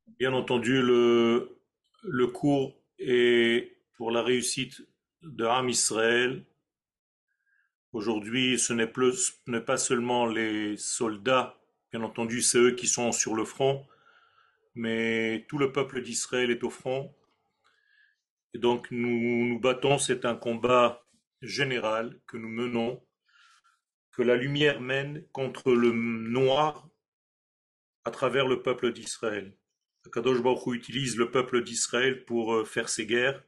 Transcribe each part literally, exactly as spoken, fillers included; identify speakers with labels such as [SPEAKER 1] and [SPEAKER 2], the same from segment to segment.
[SPEAKER 1] Bien entendu, le, le cours est pour la réussite de Ham Israël. Aujourd'hui, ce n'est plus, ce n'est pas seulement les soldats, bien entendu, c'est eux qui sont sur le front, mais tout le peuple d'Israël est au front. Et donc, nous nous battons, c'est un combat général que nous menons, que la lumière mène contre le noir à travers le peuple d'Israël. Kadosh Baruch Hu utilise le peuple d'Israël pour euh, faire ses guerres.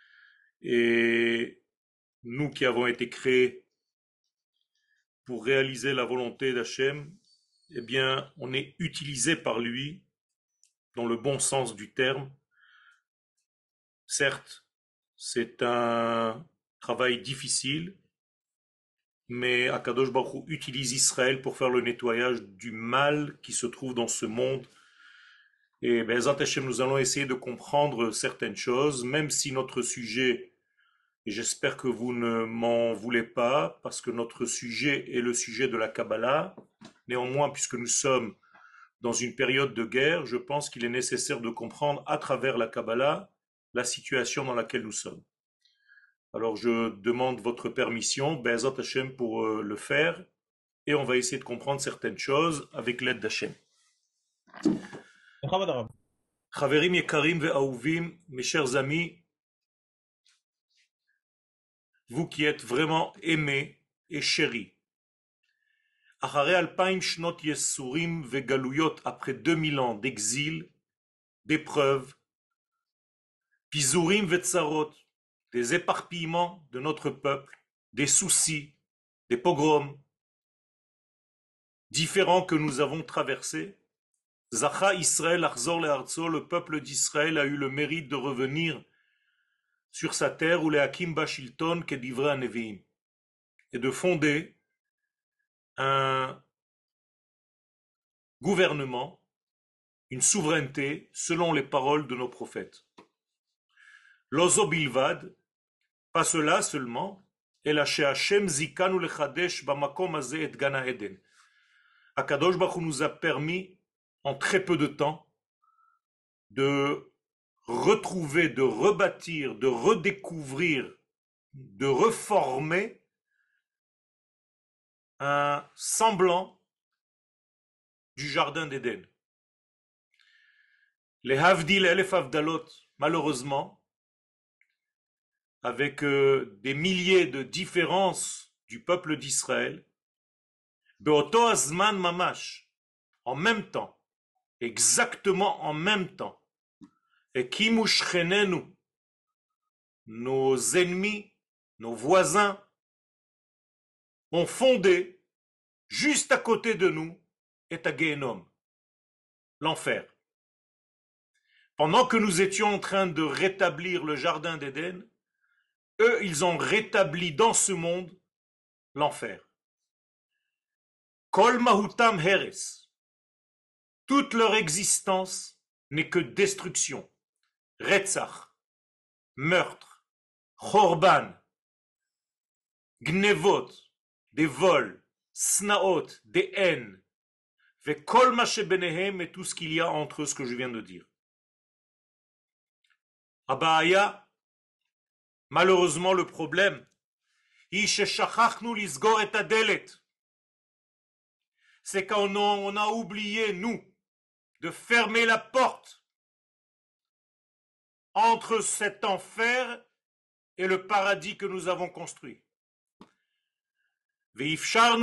[SPEAKER 1] Et nous qui avons été créés pour réaliser la volonté d'Hachem, eh bien, on est utilisé par lui dans le bon sens du terme. Certes, c'est un travail difficile, mais Akadosh Baruch Hu utilise Israël pour faire le nettoyage du mal qui se trouve dans ce monde. Et Be'ezrat Hashem, nous allons essayer de comprendre certaines choses, même si notre sujet, et j'espère que vous ne m'en voulez pas, parce que notre sujet est le sujet de la Kabbalah. Néanmoins, puisque nous sommes dans une période de guerre, je pense qu'il est nécessaire de comprendre à travers la Kabbalah la situation dans laquelle nous sommes. Alors je demande votre permission, Be'ezrat Hashem, pour euh, le faire, et on va essayer de comprendre certaines choses avec l'aide d'Hachem.
[SPEAKER 2] Mohamed Arab.
[SPEAKER 1] Chaverim Yekarim ve'ahouvim, mes chers amis, vous qui êtes vraiment aimés et chéris, Acharei alpaim shnot yesurim vegaluyot, après deux mille ans d'exil, d'épreuves, pizurim vetzarot, des éparpillements de notre peuple, des soucis, des pogroms différents que nous avons traversés, Zacha Israël achzor le'artso, le peuple d'Israël a eu le mérite de revenir sur sa terre, ou le'akim bashilton kedivre haneviim, et de fonder un gouvernement, une souveraineté selon les paroles de nos prophètes. Lozo bilvad, pas cela seulement, אלא שהשם זיכנו לחדש במקום הזה את גן העדן. Akadosh Baruch Hu nous a permis, en très peu de temps, de retrouver, de rebâtir, de redécouvrir, de reformer un semblant du jardin d'Éden. Les Havdil Elef Avdalot, malheureusement, avec euh, des milliers de différences du peuple d'Israël, Beoto Azman Mamash, en même temps, exactement en même temps, et Kimushchenenu, nos ennemis, nos voisins, ont fondé, juste à côté de nous, et à Gehenom, l'enfer. Pendant que nous étions en train de rétablir le jardin d'Éden, eux, ils ont rétabli dans ce monde l'enfer. Kol mahutam heres. Toute leur existence n'est que destruction, retzach, meurtre, chorban, gnevot, des vols, snaot, des haines, ve kol ma shebenehem, et tout ce qu'il y a entre eux, ce que je viens de dire. Abaya, malheureusement, le problème, c'est qu'on a, on a oublié, nous, de fermer la porte entre cet enfer et le paradis que nous avons construit. Et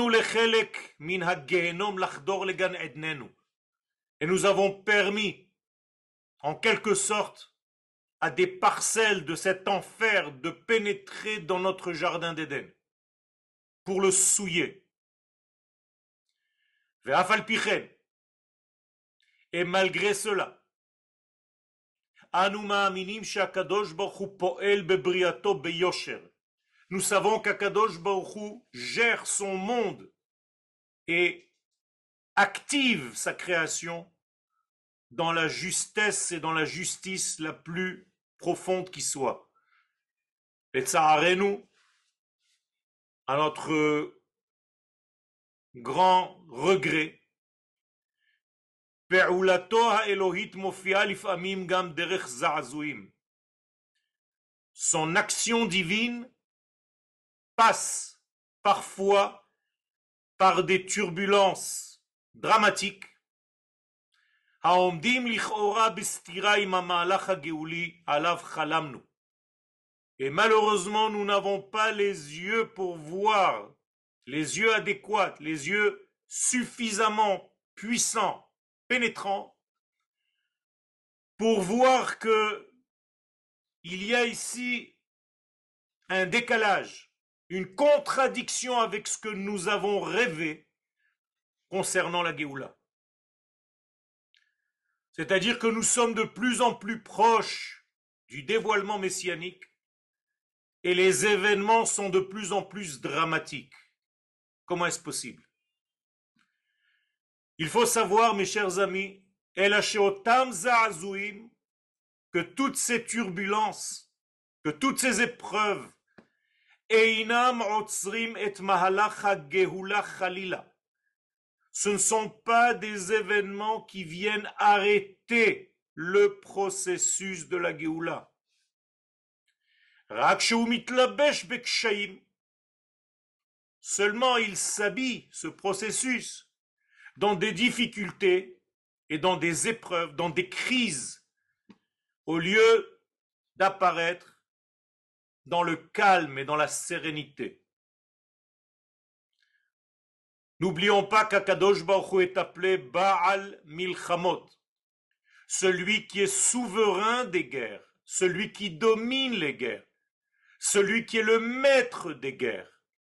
[SPEAKER 1] nous avons permis, en quelque sorte, à des parcelles de cet enfer de pénétrer dans notre jardin d'Éden pour le souiller. Et malgré cela, nous savons qu'Akadosh Baruch Hu gère son monde et active sa création dans la justesse et dans la justice la plus profonde qui soit. Et Tsaharenu, à notre grand regret, פעולתו האלוהית מופיעה לפעמים גם דרך זעזועים. Son action divine passe parfois par des turbulences dramatiques העומדים לכאורה בסתירה עם המהלך הגאולי עליו חלמנו. Et malheureusement, nous n'avons pas les yeux pour voir, les yeux adéquats, les yeux suffisamment puissants, pénétrants, pour voir que il y a ici un décalage, une contradiction avec ce que nous avons rêvé concernant la Géoula. C'est-à-dire que nous sommes de plus en plus proches du dévoilement messianique et les événements sont de plus en plus dramatiques. Comment est-ce possible? Il faut savoir, mes chers amis, que toutes ces turbulences, que toutes ces épreuves, ce ne sont pas des événements qui viennent arrêter le processus de la Géoula. Seulement il s'habille, ce processus, dans des difficultés et dans des épreuves, dans des crises, au lieu d'apparaître dans le calme et dans la sérénité. N'oublions pas qu'Akadosh Baruch Hu est appelé Baal Milchamot, celui qui est souverain des guerres, celui qui domine les guerres, celui qui est le maître des guerres.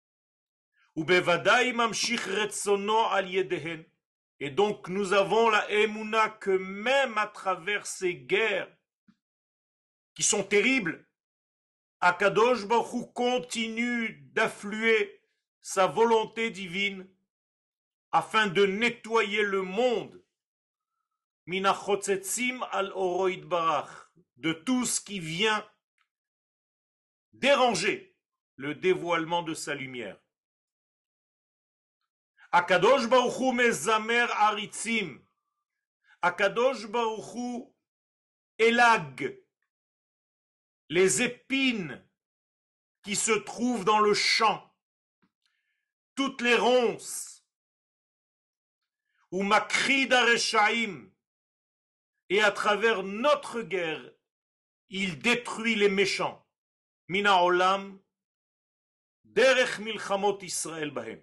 [SPEAKER 1] Et donc nous avons la émouna que même à travers ces guerres qui sont terribles, Akadosh Baruch Hu continue d'affluer sa volonté divine afin de nettoyer le monde minachotzetzim al oroid barach, de tout ce qui vient déranger le dévoilement de sa lumière. Akadosh Baruch Hu mezamer aritzim, Akadosh Baruch Hu élague les épines qui se trouvent dans le champ, toutes les ronces, ou makrid areshaim, et à travers notre guerre, il détruit les méchants. Mina olam, derech milchamot Israël bahem.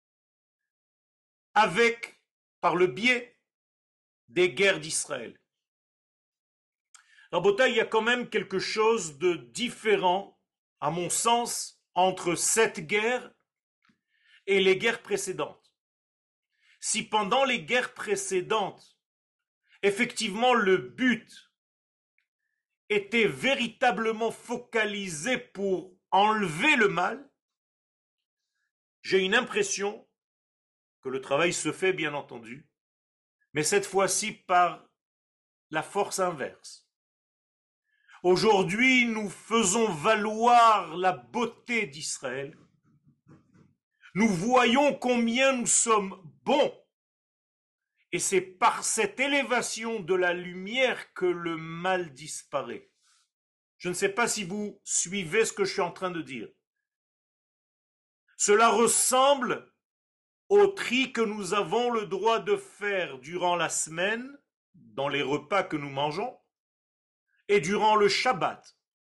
[SPEAKER 1] Avec, par le biais des guerres d'Israël. Rabotai, il y a quand même quelque chose de différent, à mon sens, entre cette guerre et les guerres précédentes. Si pendant les guerres précédentes, effectivement, le but était véritablement focalisé pour enlever le mal, j'ai une impression que le travail se fait, bien entendu, mais cette fois-ci par la force inverse. Aujourd'hui, nous faisons valoir la beauté d'Israël. Nous voyons combien nous sommes bons. Et c'est par cette élévation de la lumière que le mal disparaît. Je ne sais pas si vous suivez ce que je suis en train de dire. Cela ressemble au tri que nous avons le droit de faire durant la semaine, dans les repas que nous mangeons, et durant le Shabbat.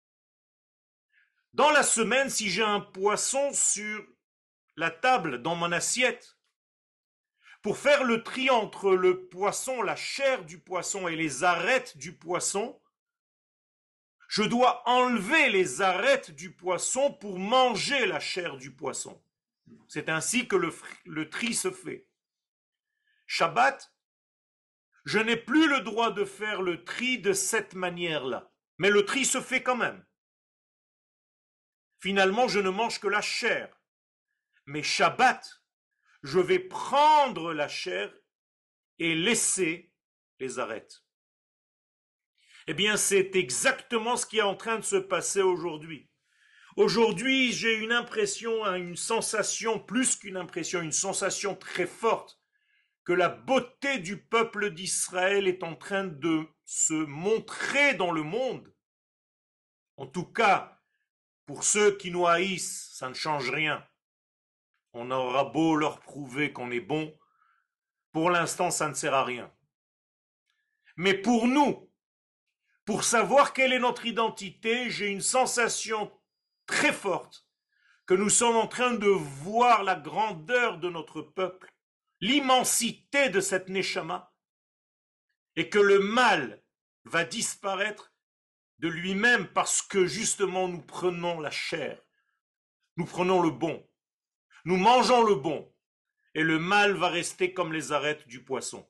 [SPEAKER 1] Dans la semaine, si j'ai un poisson sur la table, dans mon assiette, pour faire le tri entre le poisson, la chair du poisson et les arêtes du poisson, je dois enlever les arêtes du poisson pour manger la chair du poisson. C'est ainsi que le, le tri se fait. Shabbat, je n'ai plus le droit de faire le tri de cette manière-là. Mais le tri se fait quand même. Finalement, je ne mange que la chair. Mais Shabbat, je vais prendre la chair et laisser les arêtes. Eh bien, c'est exactement ce qui est en train de se passer aujourd'hui. Aujourd'hui, j'ai une impression, une sensation, plus qu'une impression, une sensation très forte que la beauté du peuple d'Israël est en train de se montrer dans le monde. En tout cas, pour ceux qui nous haïssent, ça ne change rien. On aura beau leur prouver qu'on est bon, pour l'instant, ça ne sert à rien. Mais pour nous, pour savoir quelle est notre identité, j'ai une sensation très forte que nous sommes en train de voir la grandeur de notre peuple, l'immensité de cette Neshama, et que le mal va disparaître de lui-même parce que justement nous prenons la chair, nous prenons le bon, nous mangeons le bon, et le mal va rester comme les arêtes du poisson.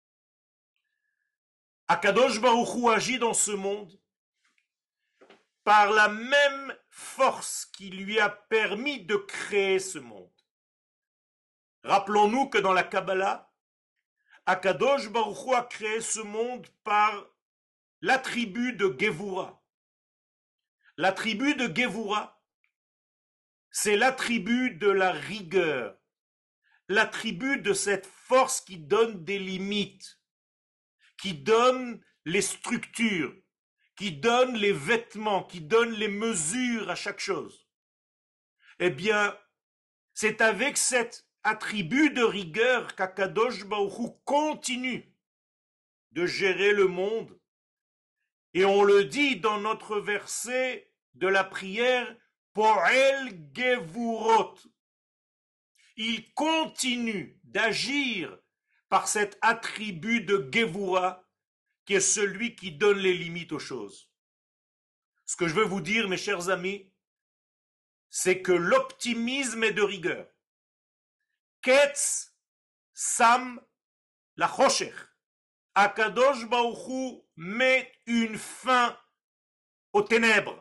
[SPEAKER 1] Akadosh Baruch Hu agit dans ce monde par la même force qui lui a permis de créer ce monde. Rappelons-nous que dans la Kabbalah, Akadosh Baruch Hu a créé ce monde par l'attribut de Gevura. L'attribut de Gevura, c'est l'attribut de la rigueur, l'attribut de cette force qui donne des limites, qui donne les structures, qui donne les vêtements, qui donne les mesures à chaque chose. Eh bien, c'est avec cet attribut de rigueur qu'Akadosh Baruch Hu continue de gérer le monde. Et on le dit dans notre verset de la prière, Poel Gevurot. Il continue d'agir par cet attribut de Gevura, qui est celui qui donne les limites aux choses. Ce que je veux vous dire, mes chers amis, c'est que l'optimisme est de rigueur. Ketz Sam la Chosher. Akadosh Baruch Hu met une fin aux ténèbres.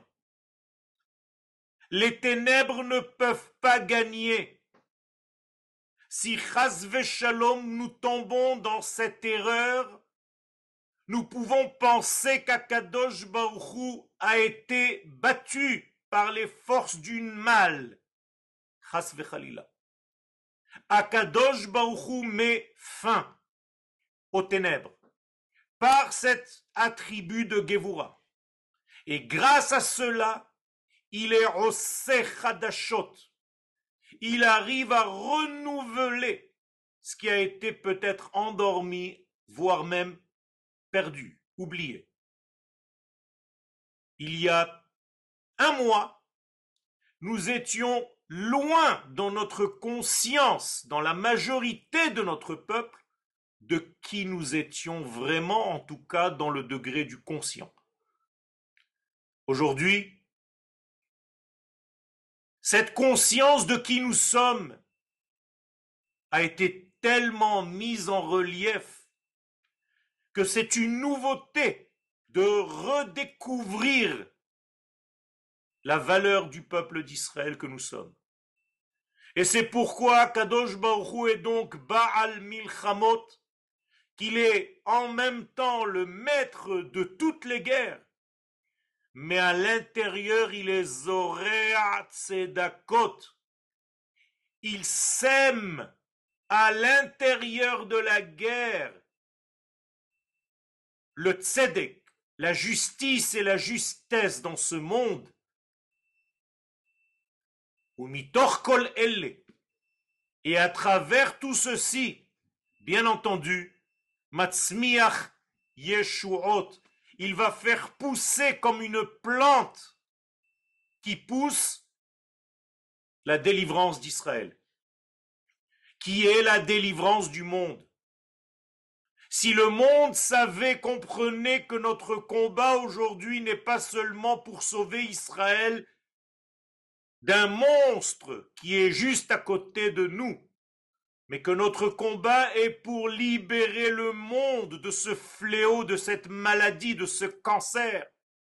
[SPEAKER 1] Les ténèbres ne peuvent pas gagner. Si Chas Veshalom nous tombons dans cette erreur, nous pouvons penser qu'Akadosh Baruch Hu a été battu par les forces du mal. Chas Vechalila. Akadosh Baruch Hu met fin aux ténèbres par cet attribut de Gevura. Et grâce à cela, il est Oseh Hadashot. Il arrive à renouveler ce qui a été peut-être endormi, voire même perdu, oublié. Il y a un mois, nous étions loin dans notre conscience, dans la majorité de notre peuple, de qui nous étions vraiment, en tout cas dans le degré du conscient. Aujourd'hui, cette conscience de qui nous sommes a été tellement mise en relief que c'est une nouveauté de redécouvrir la valeur du peuple d'Israël que nous sommes. Et c'est pourquoi Kadosh Baruch Hu est donc Baal Milchamot, qu'il est en même temps le maître de toutes les guerres, mais à l'intérieur il est Zorea Tzedakot. Il sème à l'intérieur de la guerre le tzedek, la justice et la justesse dans ce monde. Et à travers tout ceci, bien entendu, Matzmiach Yeshuot, il va faire pousser comme une plante qui pousse la délivrance d'Israël, qui est la délivrance du monde. Si le monde savait, comprenait que notre combat aujourd'hui n'est pas seulement pour sauver Israël d'un monstre qui est juste à côté de nous, mais que notre combat est pour libérer le monde de ce fléau, de cette maladie, de ce cancer,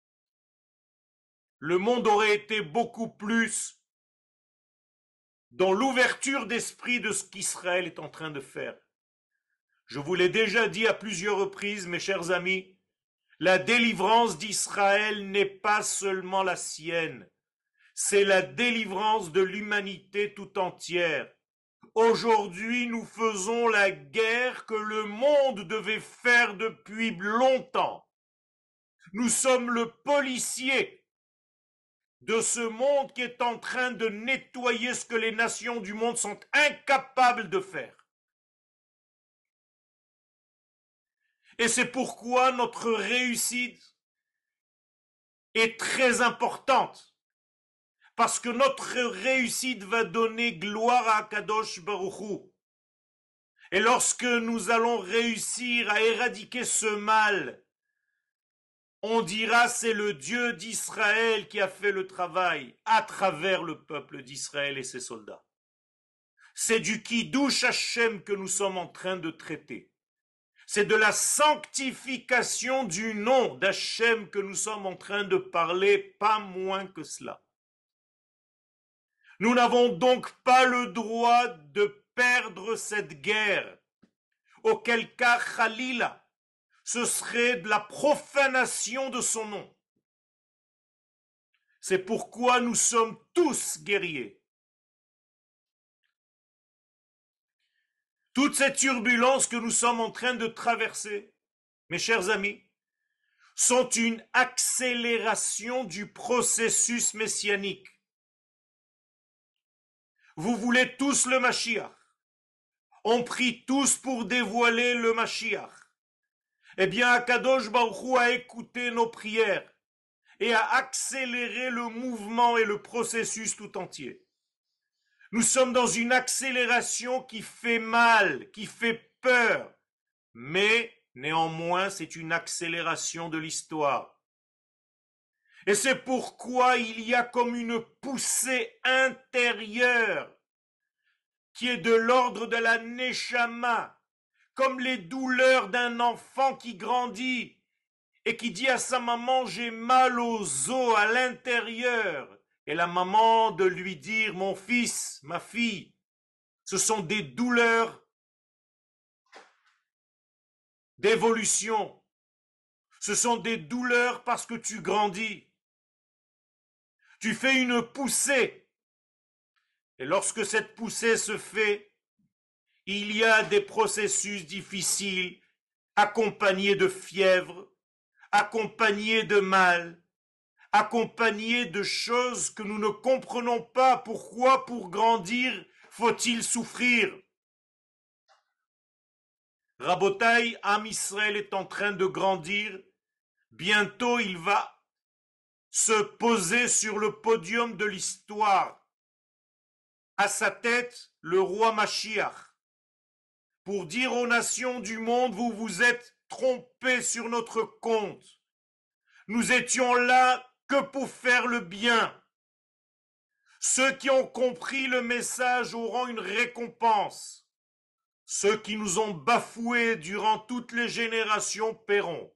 [SPEAKER 1] le monde aurait été beaucoup plus dans l'ouverture d'esprit de ce qu'Israël est en train de faire. Je vous l'ai déjà dit à plusieurs reprises, mes chers amis, la délivrance d'Israël n'est pas seulement la sienne, c'est la délivrance de l'humanité tout entière. Aujourd'hui, nous faisons la guerre que le monde devait faire depuis longtemps. Nous sommes le policier de ce monde qui est en train de nettoyer ce que les nations du monde sont incapables de faire. Et c'est pourquoi notre réussite est très importante. Parce que notre réussite va donner gloire à Kadosh Baruch Hu. Et lorsque nous allons réussir à éradiquer ce mal, on dira c'est le Dieu d'Israël qui a fait le travail à travers le peuple d'Israël et ses soldats. C'est du Kiddush Hashem que nous sommes en train de traiter. C'est de la sanctification du nom d'Hachem que nous sommes en train de parler, pas moins que cela. Nous n'avons donc pas le droit de perdre cette guerre, auquel cas Khalila, ce serait de la profanation de son nom. C'est pourquoi nous sommes tous guerriers. Toute cette turbulence que nous sommes en train de traverser, mes chers amis, sont une accélération du processus messianique. Vous voulez tous le Mashiach. On prie tous pour dévoiler le Mashiach. Eh bien, Akadosh Baruch Hu a écouté nos prières et a accéléré le mouvement et le processus tout entier. Nous sommes dans une accélération qui fait mal, qui fait peur, mais néanmoins, c'est une accélération de l'histoire. Et c'est pourquoi il y a comme une poussée intérieure qui est de l'ordre de la neshama, comme les douleurs d'un enfant qui grandit et qui dit à sa maman « j'ai mal aux os à l'intérieur ». Et la maman de lui dire « mon fils, ma fille », ce sont des douleurs d'évolution. Ce sont des douleurs parce que tu grandis. Tu fais une poussée. Et lorsque cette poussée se fait, il y a des processus difficiles, accompagnés de fièvre, accompagnés de mal, accompagnés de choses que nous ne comprenons pas. Pourquoi, pour grandir, faut-il souffrir? Rabotaï, Am Israël est en train de grandir. Bientôt, il va se poser sur le podium de l'histoire. À sa tête, le roi Mashiach. Pour dire aux nations du monde, vous vous êtes trompés sur notre compte. Nous étions là que pour faire le bien. Ceux qui ont compris le message auront une récompense. Ceux qui nous ont bafoués durant toutes les générations paieront.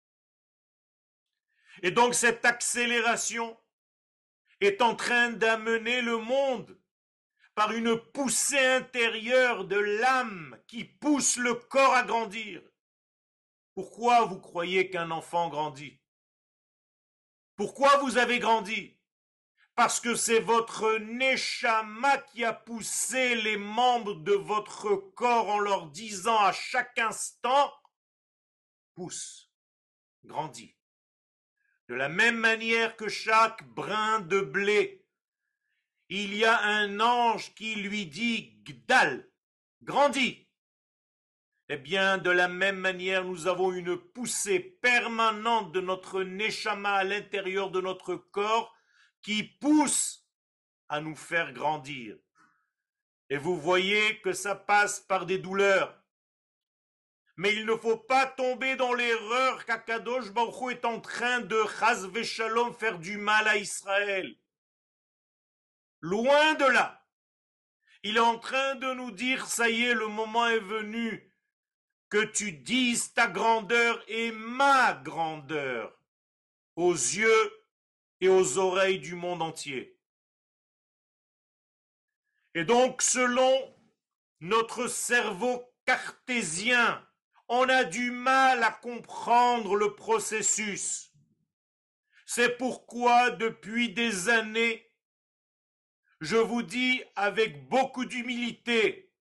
[SPEAKER 1] Et donc cette accélération est en train d'amener le monde par une poussée intérieure de l'âme qui pousse le corps à grandir. Pourquoi vous croyez qu'un enfant grandit? Pourquoi vous avez grandi? Parce que c'est votre neshama qui a poussé les membres de votre corps en leur disant à chaque instant, pousse, grandis. De la même manière que chaque brin de blé, il y a un ange qui lui dit Gdal, grandis. Eh bien, de la même manière, nous avons une poussée permanente de notre neshama à l'intérieur de notre corps qui pousse à nous faire grandir. Et vous voyez que ça passe par des douleurs. Mais il ne faut pas tomber dans l'erreur qu'Akadosh Baruch Hu est en train de chas v'shalom faire du mal à Israël. Loin de là. Il est en train de nous dire, ça y est, le moment est venu que tu dises ta grandeur et ma grandeur aux yeux et aux oreilles du monde entier. Et donc, selon notre cerveau cartésien, on a du mal à comprendre le processus. C'est pourquoi, depuis des années, je vous dis avec beaucoup d'humilité,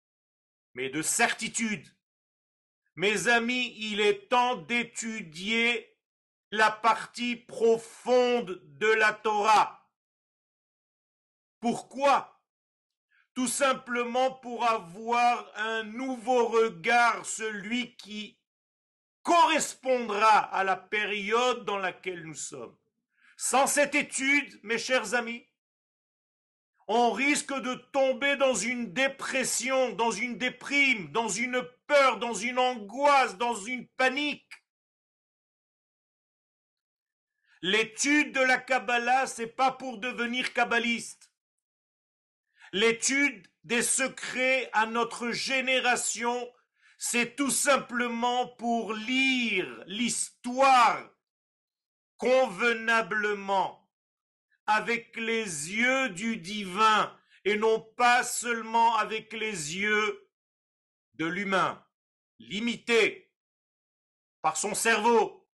[SPEAKER 1] mais de certitude. Mes amis, il est temps d'étudier la partie profonde de la Torah. Pourquoi? Tout simplement pour avoir un nouveau regard, celui qui correspondra à la période dans laquelle nous sommes. Sans cette étude, mes chers amis, on risque de tomber dans une dépression, dans une déprime, dans une peur, dans une angoisse, dans une panique. L'étude de la Kabbalah, c'est pas pour devenir kabbaliste. L'étude des secrets à notre génération, c'est tout simplement pour lire l'histoire convenablement, avec les yeux du divin, et non pas seulement avec les yeux de l'humain, limité par son cerveau.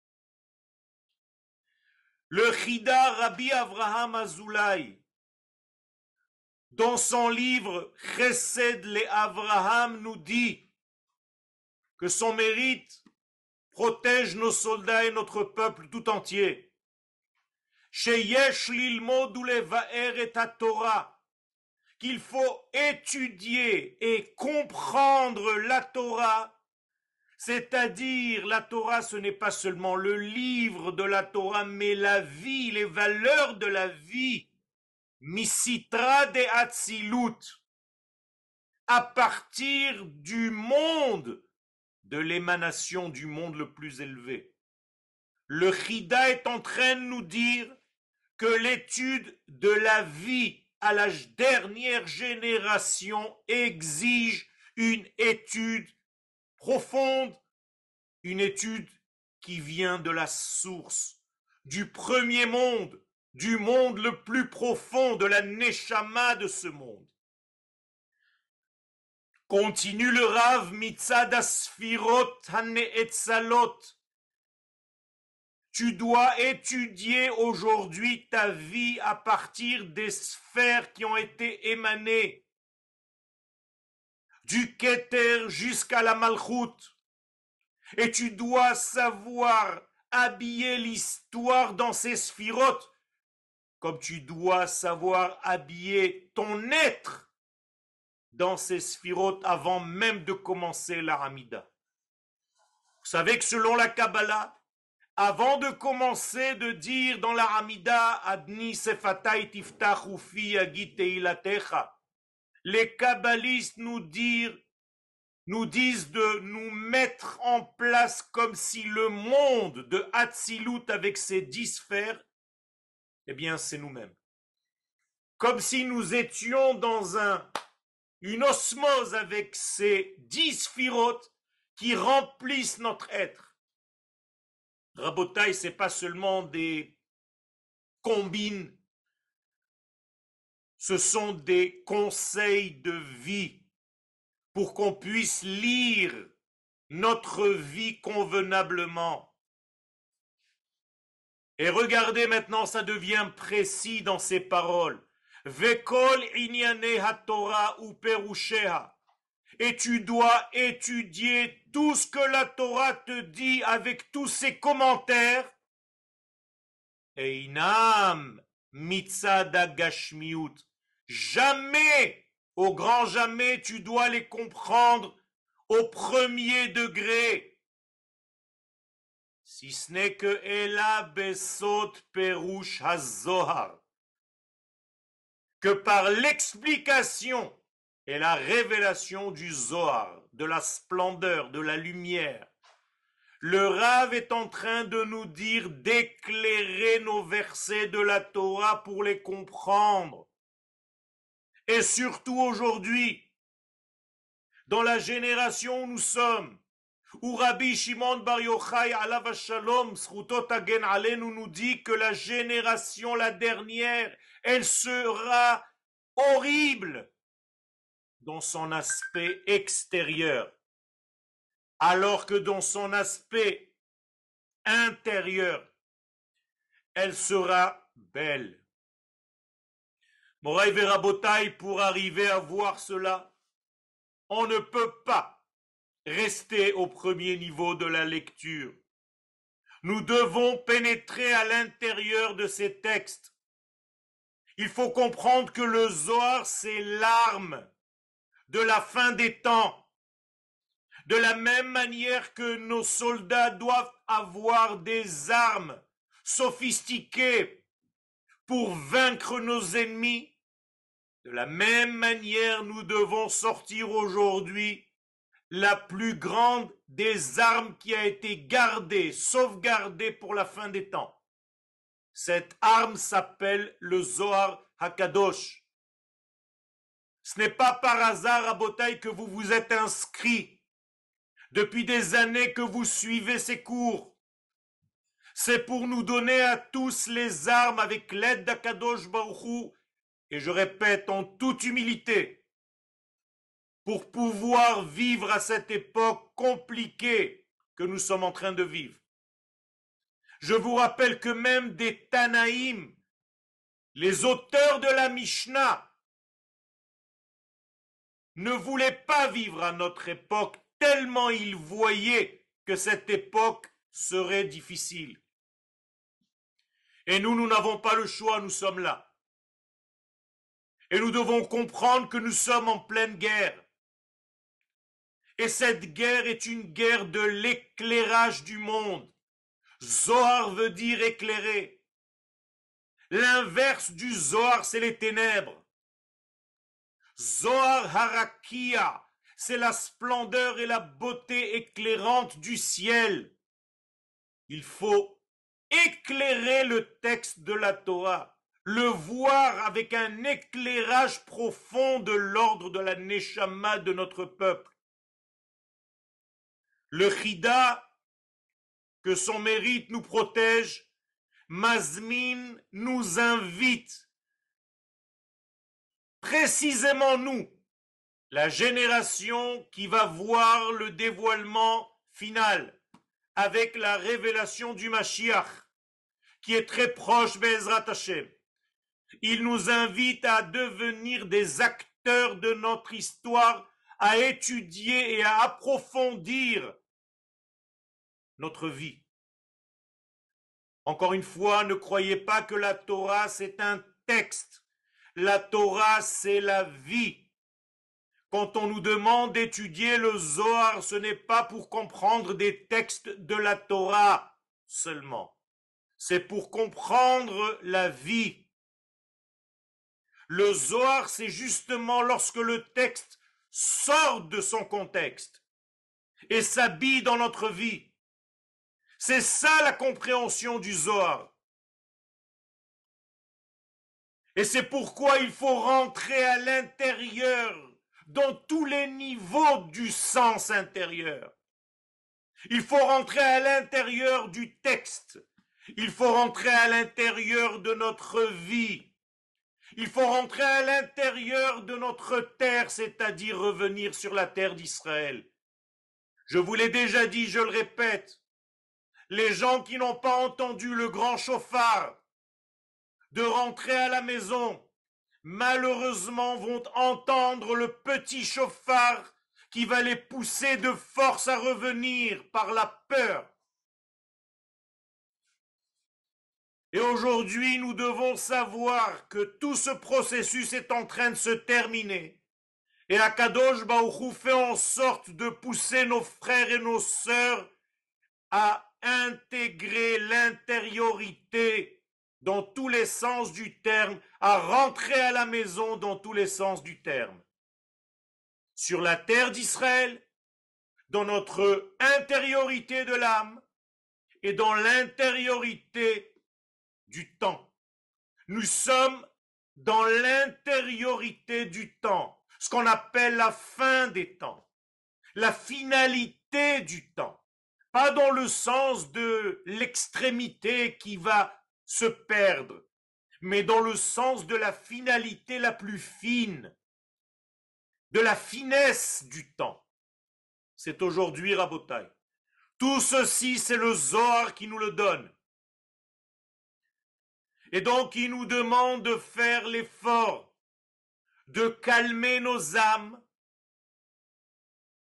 [SPEAKER 1] Le Chida Rabbi Avraham Azoulay, dans son livre Chesed le Avraham, nous dit que son mérite protège nos soldats et notre peuple tout entier. Sheyesh lilmod ulevaer et Torah, qu'il faut étudier et comprendre la Torah, c'est-à-dire la Torah, ce n'est pas seulement le livre de la Torah, mais la vie, les valeurs de la vie, misitra de Hatzilut, à partir du monde, de l'émanation du monde le plus élevé. Le Chida est en train de nous dire que l'étude de la vie à la dernière génération exige une étude profonde, une étude qui vient de la source, du premier monde, du monde le plus profond, de la neshama de ce monde. Continue le Rav Mitzad Asfirot Haneetzalot. Tu dois étudier aujourd'hui ta vie à partir des sphères qui ont été émanées du Keter jusqu'à la Malchut. Et tu dois savoir habiller l'histoire dans ces sphirotes, comme tu dois savoir habiller ton être dans ces sphirotes avant même de commencer la Hamida. Vous savez que selon la Kabbalah, avant de commencer de dire dans la Hamida, Adni sefatai tiftach ufi yagid teilatecha, les kabbalistes nous disent, nous disent de nous mettre en place comme si le monde de Hatzilut avec ses dix sphères, eh bien c'est nous-mêmes. Comme si nous étions dans un, une osmose avec ces dix sphirotes qui remplissent notre être. Rabotai, c'est pas seulement des combines, ce sont des conseils de vie pour qu'on puisse lire notre vie convenablement. Et regardez maintenant, ça devient précis dans ces paroles. Vekol inyane haTorah u perusheha. Et tu dois étudier tout ce que la Torah te dit avec tous ses commentaires. Einam mitzada gashmiut. Jamais, au grand jamais, tu dois les comprendre au premier degré. Si ce n'est que Ela Besot Perush HaZohar. Que par l'explication et la révélation du Zohar, de la splendeur, de la lumière. Le Rav est en train de nous dire d'éclairer nos versets de la Torah pour les comprendre. Et surtout aujourd'hui, dans la génération où nous sommes, où Rabbi Shimon Bar Yochai alav hashalom zchuto tagen aleinu nous dit que la génération, la dernière, elle sera horrible dans son aspect extérieur, alors que dans son aspect intérieur, elle sera belle. Moraï Verabotai, pour arriver à voir cela, On ne peut pas rester au premier niveau de la lecture. Nous devons pénétrer à l'intérieur de ces textes. Il faut comprendre que le Zohar, c'est l'arme de la fin des temps. De la même manière que nos soldats doivent avoir des armes sophistiquées pour vaincre nos ennemis, de la même manière nous devons sortir aujourd'hui la plus grande des armes qui a été gardée, sauvegardée pour la fin des temps. Cette arme s'appelle le Zohar HaKadosh. Ce n'est pas par hasard, Rabotai, que vous vous êtes inscrits. Depuis des années que vous suivez ces cours. C'est pour nous donner à tous les armes avec l'aide d'Akadosh Baruch Hu, et je répète en toute humilité, pour pouvoir vivre à cette époque compliquée que nous sommes en train de vivre. Je vous rappelle que même des Tanaïm, les auteurs de la Mishnah, ne voulaient pas vivre à notre époque tellement ils voyaient que cette époque serait difficile. Et nous, nous n'avons pas le choix, nous sommes là. Et nous devons comprendre que nous sommes en pleine guerre. Et cette guerre est une guerre de l'éclairage du monde. Zohar veut dire éclairer. L'inverse du Zohar, c'est les ténèbres. Zohar Harakia, c'est la splendeur et la beauté éclairante du ciel. Il faut éclairer le texte de la Torah, le voir avec un éclairage profond de l'ordre de la Neshama de notre peuple. Le Chida, que son mérite nous protège, Mazmin nous invite, précisément nous, la génération qui va voir le dévoilement final avec la révélation du Mashiach, qui est très proche, Be'ezrat Hashem. Il nous invite à devenir des acteurs de notre histoire, à étudier et à approfondir notre vie. Encore une fois, ne croyez pas que la Torah c'est un texte. La Torah c'est la vie. Quand on nous demande d'étudier le Zohar, ce n'est pas pour comprendre des textes de la Torah seulement. C'est pour comprendre la vie. Le Zohar, c'est justement lorsque le texte sort de son contexte et s'habille dans notre vie. C'est ça la compréhension du Zohar. Et c'est pourquoi il faut rentrer à l'intérieur, dans tous les niveaux du sens intérieur. Il faut rentrer à l'intérieur du texte. Il faut rentrer à l'intérieur de notre vie. Il faut rentrer à l'intérieur de notre terre, c'est-à-dire revenir sur la terre d'Israël. Je vous l'ai déjà dit, je le répète, les gens qui n'ont pas entendu le grand chauffard de rentrer à la maison, malheureusement vont entendre le petit chauffard qui va les pousser de force à revenir par la peur. Et aujourd'hui, nous devons savoir que tout ce processus est en train de se terminer. Et Akadosh Baruch Hu fait en sorte de pousser nos frères et nos sœurs à intégrer l'intériorité dans tous les sens du terme, à rentrer à la maison dans tous les sens du terme. Sur la terre d'Israël, dans notre intériorité de l'âme et dans l'intériorité du temps. Nous sommes dans l'intériorité du temps, ce qu'on appelle la fin des temps, la finalité du temps, pas dans le sens de l'extrémité qui va se perdre, mais dans le sens de la finalité la plus fine, de la finesse du temps. C'est aujourd'hui Rabotai. Tout ceci, c'est le Zohar qui nous le donne. Et donc, il nous demande de faire l'effort de calmer nos âmes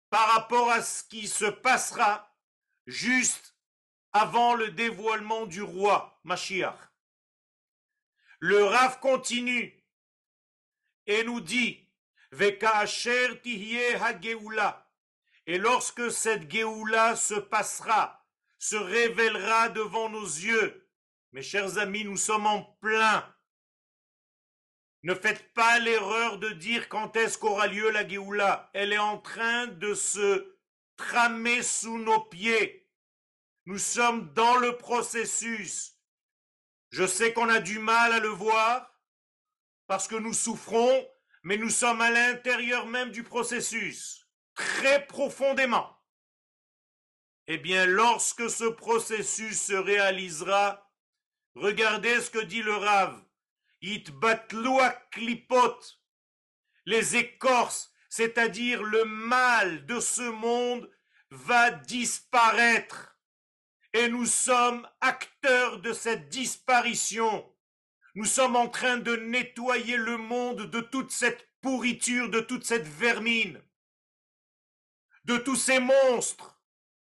[SPEAKER 1] par rapport à ce qui se passera juste avant le dévoilement du roi Mashiach. Le Rav continue et nous dit Veka'asher tihyeh hageoula, et lorsque cette Géoula se passera, se révélera devant nos yeux, mes chers amis, nous sommes en plein. Ne faites pas l'erreur de dire quand est-ce qu'aura lieu la Géoula. Elle est en train de se tramer sous nos pieds. Nous sommes dans le processus. Je sais qu'on a du mal à le voir parce que nous souffrons, mais nous sommes à l'intérieur même du processus, très profondément. Eh bien, lorsque ce processus se réalisera, regardez ce que dit le Rav. Itbatlu klipot, les écorces, c'est-à-dire le mal de ce monde, va disparaître. Et nous sommes acteurs de cette disparition. Nous sommes en train de nettoyer le monde de toute cette pourriture, de toute cette vermine, de tous ces monstres.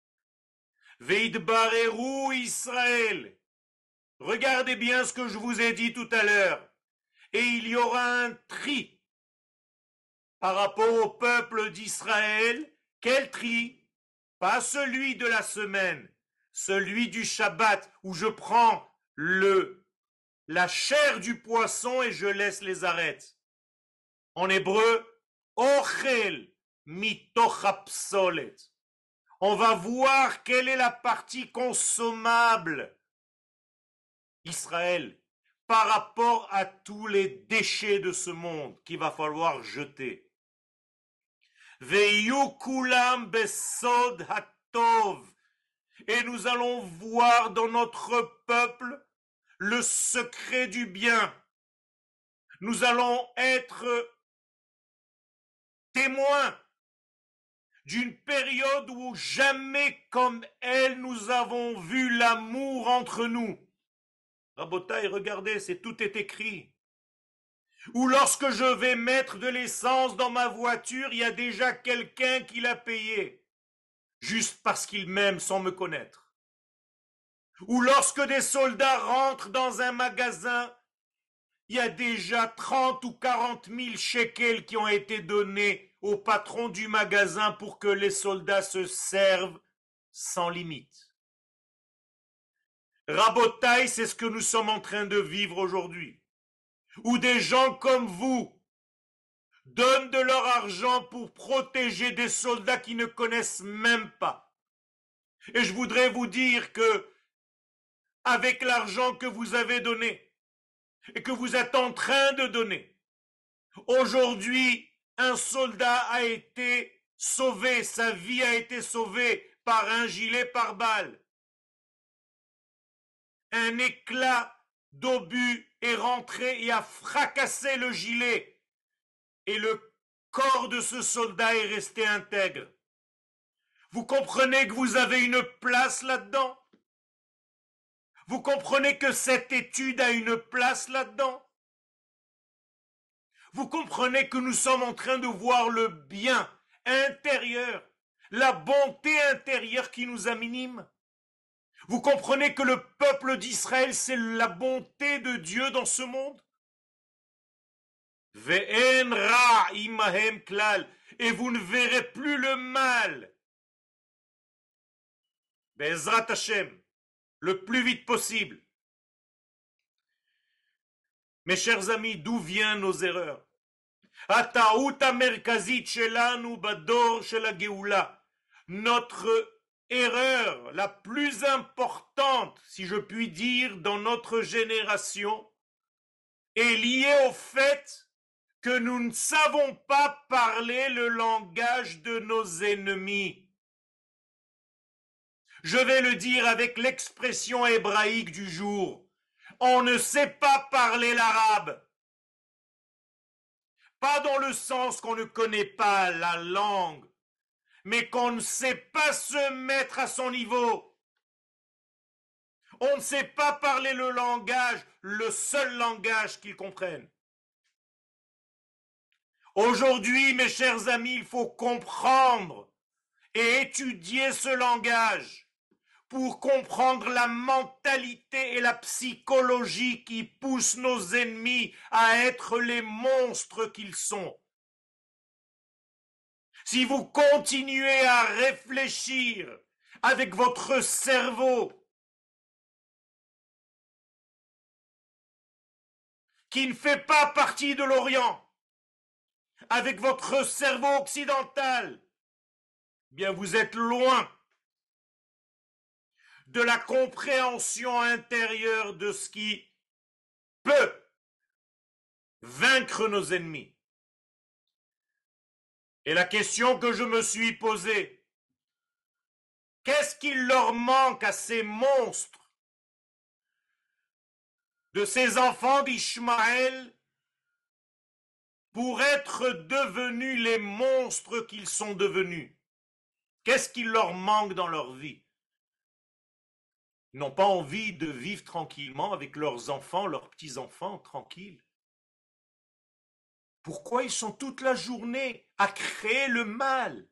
[SPEAKER 1] Veidbareru Israël. Regardez bien ce que je vous ai dit tout à l'heure. Et il y aura un tri par rapport au peuple d'Israël. Quel tri? Pas celui de la semaine, celui du Shabbat, où je prends le, la chair du poisson et je laisse les arêtes. En hébreu, ochel mitochapsolet. On va voir quelle est la partie consommable Israël par rapport à tous les déchets de ce monde qu'il va falloir jeter. Veyu kulam besod hatov. Et nous allons voir dans notre peuple le secret du bien. Nous allons être témoins d'une période où jamais comme elle nous avons vu l'amour entre nous. Rabotaï, regardez, c'est tout est écrit. Ou lorsque je vais mettre de l'essence dans ma voiture, il y a déjà quelqu'un qui l'a payé, juste parce qu'il m'aime sans me connaître. Ou lorsque des soldats rentrent dans un magasin, il y a déjà trente ou quarante mille shekels qui ont été donnés au patron du magasin pour que les soldats se servent sans limite. Rabotaï, c'est ce que nous sommes en train de vivre aujourd'hui. Où des gens comme vous donnent de leur argent pour protéger des soldats qui ne connaissent même pas. Et je voudrais vous dire que, avec l'argent que vous avez donné, et que vous êtes en train de donner, aujourd'hui, un soldat a été sauvé, sa vie a été sauvée par un gilet pare-balles. Un éclat d'obus est rentré et a fracassé le gilet. Et le corps de ce soldat est resté intègre. Vous comprenez que vous avez une place là-dedans? Vous comprenez que cette étude a une place là-dedans? Vous comprenez que nous sommes en train de voir le bien intérieur, la bonté intérieure qui nous anime? Vous comprenez que le peuple d'Israël, c'est la bonté de Dieu dans ce monde? Ve'en ra imahem klal, et vous ne verrez plus le mal. Be'ezrat Hashem, le plus vite possible. Mes chers amis, d'où viennent nos erreurs? Ataout merkazit shelanu bador shel Geoula. Notre erreur la plus importante, si je puis dire, dans notre génération, est liée au fait que nous ne savons pas parler le langage de nos ennemis. Je vais le dire avec l'expression hébraïque du jour. On ne sait pas parler l'arabe. Pas dans le sens qu'on ne connaît pas la langue, mais qu'on ne sait pas se mettre à son niveau. On ne sait pas parler le langage, le seul langage qu'ils comprennent. Aujourd'hui, mes chers amis, il faut comprendre et étudier ce langage pour comprendre la mentalité et la psychologie qui poussent nos ennemis à être les monstres qu'ils sont. Si vous continuez à réfléchir avec votre cerveau, qui ne fait pas partie de l'Orient, avec votre cerveau occidental, eh bien vous êtes loin de la compréhension intérieure de ce qui peut vaincre nos ennemis. Et la question que je me suis posée, qu'est-ce qu'il leur manque à ces monstres, de ces enfants d'Ishmaël, pour être devenus les monstres qu'ils sont devenus? Qu'est-ce qu'il leur manque dans leur vie? Ils n'ont pas envie de vivre tranquillement avec leurs enfants, leurs petits-enfants, tranquilles. Pourquoi ils sont toute la journée à créer le mal,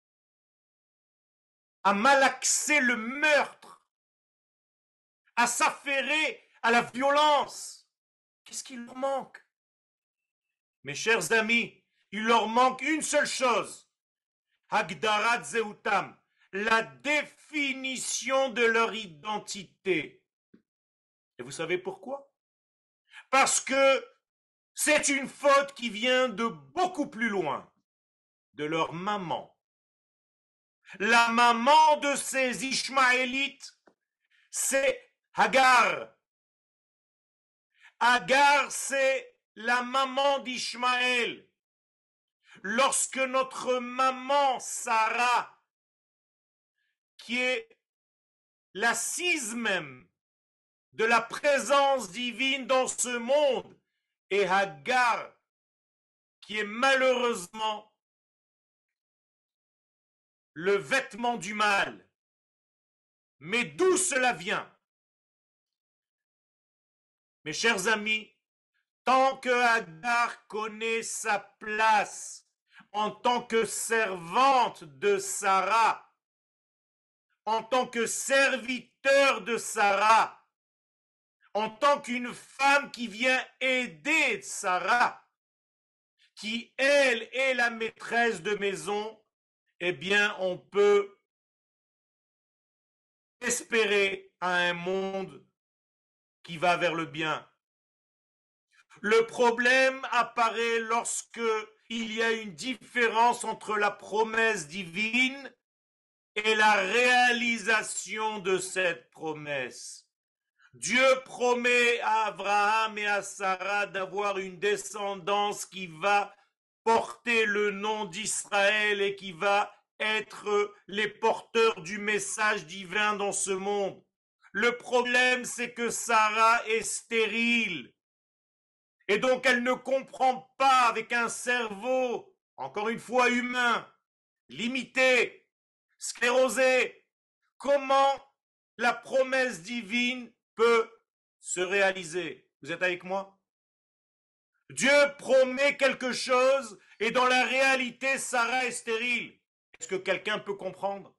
[SPEAKER 1] à malaxer le meurtre, à s'affairer à la violence? Qu'est-ce qu'il leur manque? Mes chers amis, il leur manque une seule chose, Hagdarat Zeutam, la définition de leur identité. Et vous savez pourquoi? Parce que c'est une faute qui vient de beaucoup plus loin, de leur maman. La maman de ces Ishmaélites, c'est Hagar. Hagar, c'est la maman d'Ishmaël. Lorsque notre maman Sarah, qui est l'assise même de la présence divine dans ce monde, et Hagar, qui est malheureusement le vêtement du mal. Mais d'où cela vient? Mes chers amis, tant que Hagar connaît sa place en tant que servante de Sarah, en tant que serviteur de Sarah, en tant qu'une femme qui vient aider Sarah, qui elle est la maîtresse de maison, eh bien on peut espérer à un monde qui va vers le bien. Le problème apparaît lorsque il y a une différence entre la promesse divine et la réalisation de cette promesse. Dieu promet à Abraham et à Sarah d'avoir une descendance qui va porter le nom d'Israël et qui va être les porteurs du message divin dans ce monde. Le problème, c'est que Sarah est stérile. Et donc, elle ne comprend pas avec un cerveau, encore une fois humain, limité, sclérosé, comment la promesse divine peut se réaliser. Vous êtes avec moi? Dieu promet quelque chose et dans la réalité, Sarah est stérile. Est-ce que quelqu'un peut comprendre?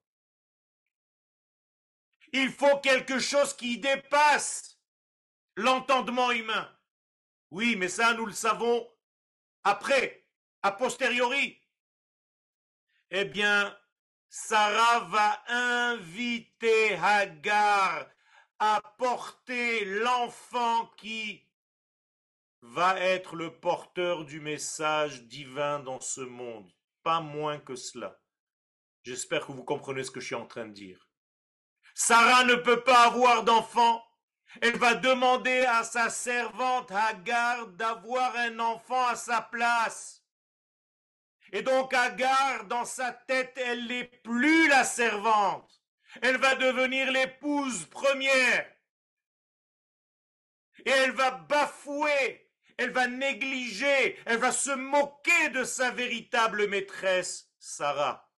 [SPEAKER 1] Il faut quelque chose qui dépasse l'entendement humain. Oui, mais ça, nous le savons après, a posteriori. Eh bien, Sarah va inviter Hagar à porter l'enfant qui va être le porteur du message divin dans ce monde. Pas moins que cela. J'espère que vous comprenez ce que je suis en train de dire. Sarah ne peut pas avoir d'enfant. Elle va demander à sa servante Hagar d'avoir un enfant à sa place. Et donc Hagar, dans sa tête, elle n'est plus la servante. Elle va devenir l'épouse première. Et elle va bafouer, elle va négliger, elle va se moquer de sa véritable maîtresse, Sarah.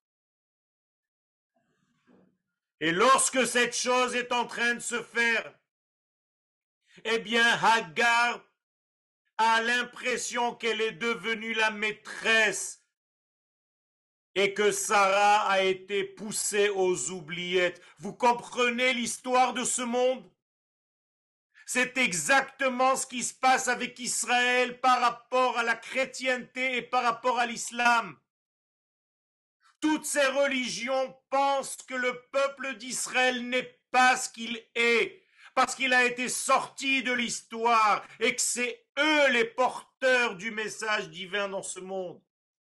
[SPEAKER 1] Et lorsque cette chose est en train de se faire, eh bien Hagar a l'impression qu'elle est devenue la maîtresse et que Sarah a été poussée aux oubliettes. Vous comprenez l'histoire de ce monde? C'est exactement ce qui se passe avec Israël par rapport à la chrétienté et par rapport à l'islam. Toutes ces religions pensent que le peuple d'Israël n'est pas ce qu'il est, parce qu'il a été sorti de l'histoire et que c'est eux les porteurs du message divin dans ce monde.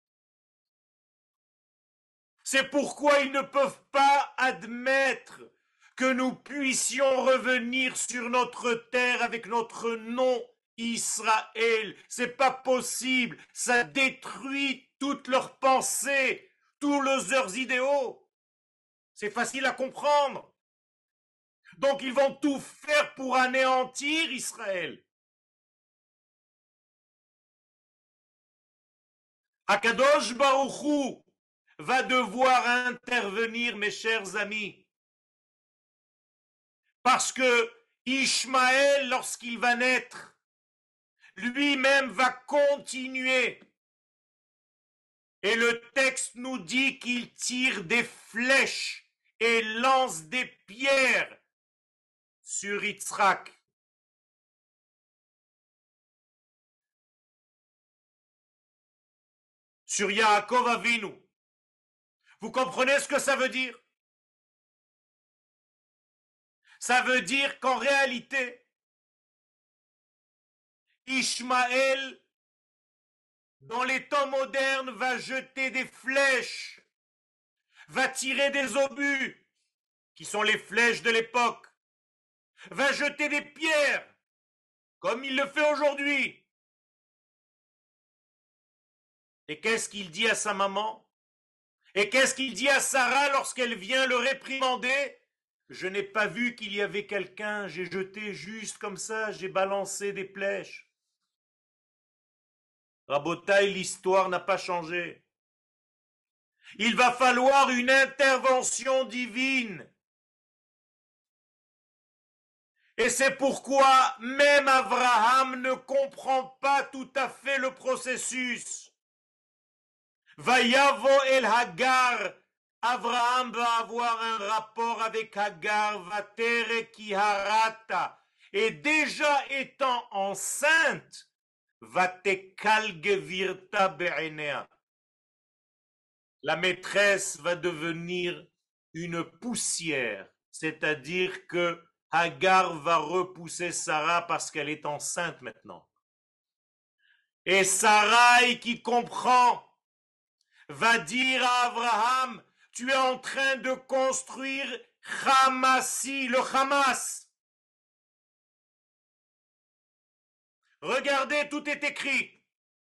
[SPEAKER 1] C'est pourquoi ils ne peuvent pas admettre que nous puissions revenir sur notre terre avec notre nom Israël. C'est pas possible. Ça détruit toutes leurs pensées, tous leurs idéaux. C'est facile à comprendre. Donc ils vont tout faire pour anéantir Israël. Akadosh Baruch Hu va devoir intervenir, mes chers amis. Parce que Ishmaël, lorsqu'il va naître, lui-même va continuer. Et le texte nous dit qu'il tire des flèches et lance des pierres sur Yitzhak. Sur Yaakov Avinu. Vous comprenez ce que ça veut dire? Ça veut dire qu'en réalité, Ishmaël, dans les temps modernes, va jeter des flèches, va tirer des obus, qui sont les flèches de l'époque, va jeter des pierres, comme il le fait aujourd'hui. Et qu'est-ce qu'il dit à sa maman? Et qu'est-ce qu'il dit à Sarah lorsqu'elle vient le réprimander? Je n'ai pas vu qu'il y avait quelqu'un, j'ai jeté juste comme ça, j'ai balancé des flèches. Rabotaï, l'histoire n'a pas changé. Il va falloir une intervention divine. Et c'est pourquoi même Abraham ne comprend pas tout à fait le processus. Vayavo el Hagar. Abraham va avoir un rapport avec Hagar, vatere ki harata. Et déjà étant enceinte, vatekal gevirta be'enea. La maîtresse va devenir une poussière, c'est-à-dire que Hagar va repousser Sarah parce qu'elle est enceinte maintenant. Et Sarai qui comprend va dire à Abraham, tu es en train de construire Hamasi, le Hamas. Regardez, tout est écrit.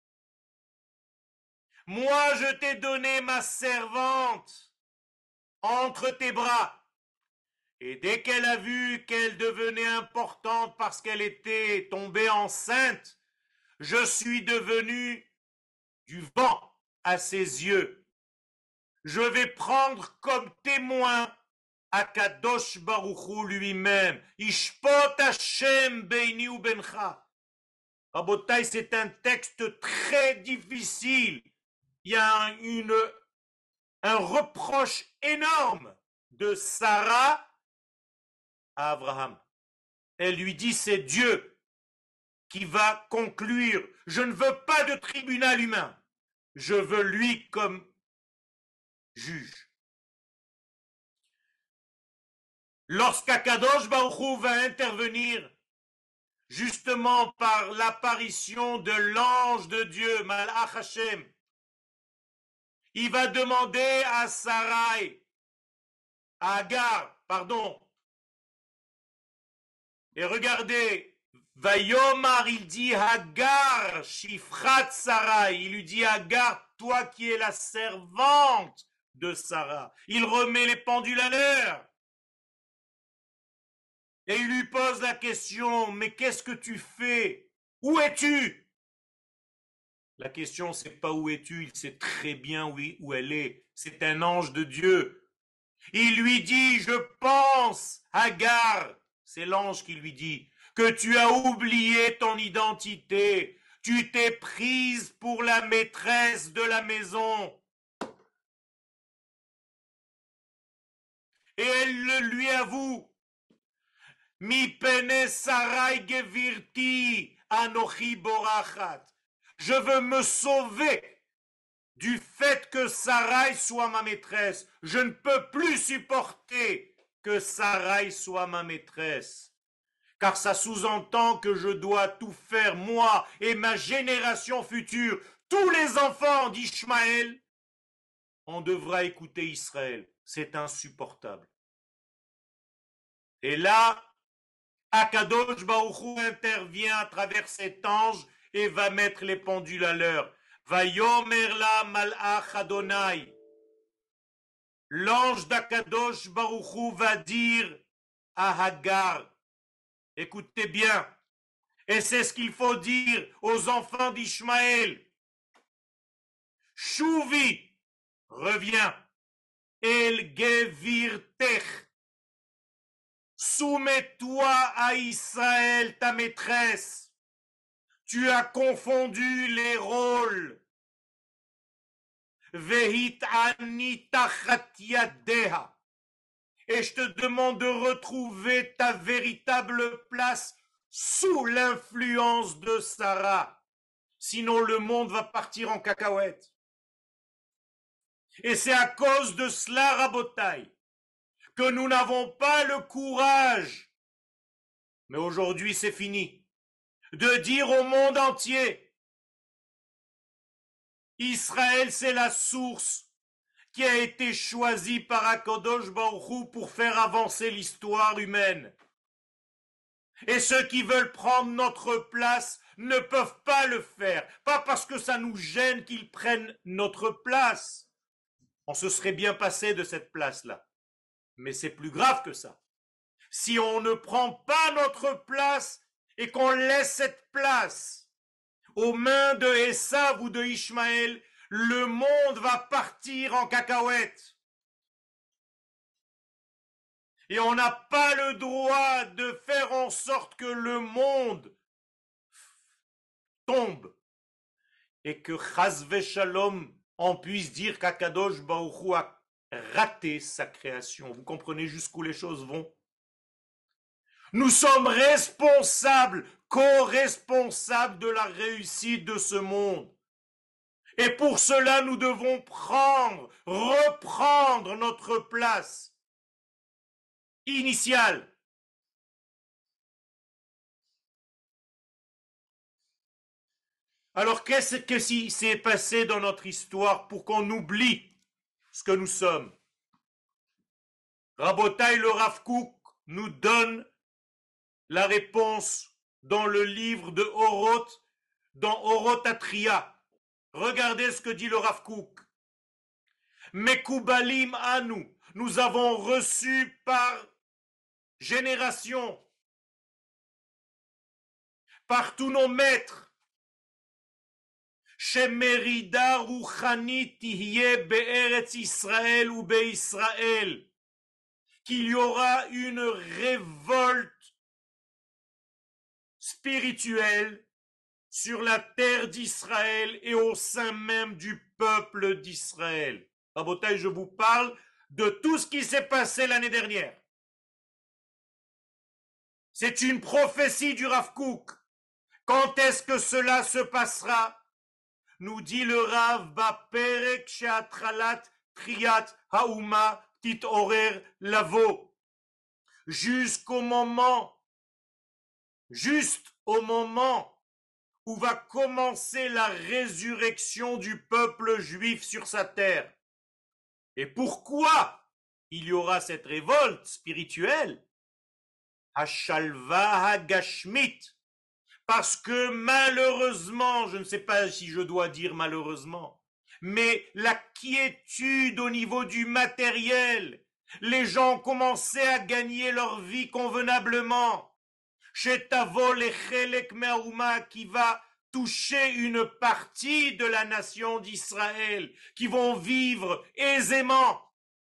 [SPEAKER 1] Moi, je t'ai donné ma servante entre tes bras. Et dès qu'elle a vu qu'elle devenait importante parce qu'elle était tombée enceinte, je suis devenu du vent à ses yeux. Je vais prendre comme témoin Akadosh Baruch Hu lui-même. Ishpot Hashem beini u bencha. Rabotai, c'est un texte très difficile. Il y a une, un reproche énorme de Sarah à Abraham. Elle lui dit, c'est Dieu qui va conclure. Je ne veux pas de tribunal humain. Je veux lui comme juge. Lorsqu'Akadosh Baruch Hu va intervenir, justement par l'apparition de l'ange de Dieu, Malach Hashem, il va demander à Sarai, à Agar, pardon, et regardez, Vayomar, il dit Hagar, Shifrat Sarai, il lui dit Hagar, toi qui es la servante de Sarah. Il remet les pendules à l'heure. Et il lui pose la question, mais qu'est-ce que tu fais? Où es-tu? La question, c'est pas où es-tu, il sait très bien où, où elle est. C'est un ange de Dieu. Il lui dit, je pense, Hagar, c'est l'ange qui lui dit, que tu as oublié ton identité. Tu t'es prise pour la maîtresse de la maison. Et elle le lui avoue. Mi pene sarai gevirti anochi borachat. Je veux me sauver du fait que Sarai soit ma maîtresse. Je ne peux plus supporter que Sarai soit ma maîtresse. Car ça sous-entend que je dois tout faire, moi et ma génération future, tous les enfants d'Ishmaël. On devra écouter Israël. C'est insupportable. Et là, Akadosh Baruch Hu intervient à travers cet ange et va mettre les pendules à l'heure. Vayomer la malach Adonai. L'ange d'Akadosh Baruch Hu va dire à Hagar, écoutez bien, et c'est ce qu'il faut dire aux enfants d'Ishmaël. Chouvi, reviens, El Gevirtech. Soumets-toi à Israël, ta maîtresse. Tu as confondu les rôles. Vehit ani tachat yadeha. Et je te demande de retrouver ta véritable place sous l'influence de Sarah. Sinon le monde va partir en cacahuète. Et c'est à cause de cela, Rabotai, que nous n'avons pas le courage, mais aujourd'hui c'est fini, de dire au monde entier, Israël c'est la source qui a été choisie par Akadosh Baruch Hu pour faire avancer l'histoire humaine. Et ceux qui veulent prendre notre place ne peuvent pas le faire, pas parce que ça nous gêne qu'ils prennent notre place. On se serait bien passé de cette place-là. Mais c'est plus grave que ça. Si on ne prend pas notre place et qu'on laisse cette place aux mains de Esav ou de Ishmaël, le monde va partir en cacahuète. Et on n'a pas le droit de faire en sorte que le monde tombe. Et que Chazve Shalom, on puisse dire qu'Akadosh Baruch Hu a raté sa création. Vous comprenez jusqu'où les choses vont? Nous sommes responsables, co-responsables de la réussite de ce monde. Et pour cela, nous devons prendre, reprendre notre place initiale. Alors, qu'est-ce qui s'est passé dans notre histoire pour qu'on oublie ce que nous sommes? Rabotai, le Rav Kook nous donne la réponse dans le livre de Oroth, dans Oroth Atria. Regardez ce que dit le Rav Kook. Mekoubalim Anu, nous avons reçu par génération, par tous nos maîtres, Shemerida Ruchani Tihye Be'eretz Israël ou Be'Israël, qu'il y aura une révolte spirituelle sur la terre d'Israël et au sein même du peuple d'Israël. Rabotai, je vous parle de tout ce qui s'est passé l'année dernière. C'est une prophétie du Rav Kook. Quand est-ce que cela se passera? Nous dit le Rav Baperek Sheatralat Triat Haouma Tit Orer Lavo. Jusqu'au moment, juste au moment où va commencer la résurrection du peuple juif sur sa terre. Et pourquoi il y aura cette révolte spirituelle? Hashalva Hagashmit. Parce que malheureusement, je ne sais pas si je dois dire malheureusement, mais la quiétude au niveau du matériel, les gens ont commencé à gagner leur vie convenablement. Chez Tavol et Chelek Me'aouma qui va toucher une partie de la nation d'Israël, qui vont vivre aisément,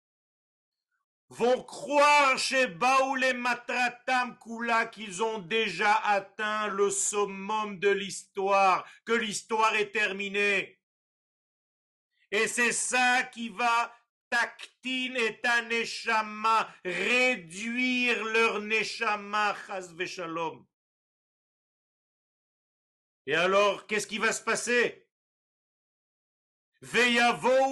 [SPEAKER 1] vont croire chez Baoulé Matratam Kula qu'ils ont déjà atteint le summum de l'histoire, que l'histoire est terminée. Et c'est ça qui va taktin et neshama, réduire leur neshama, chas veshalom. Et alors, qu'est-ce qui va se passer? Les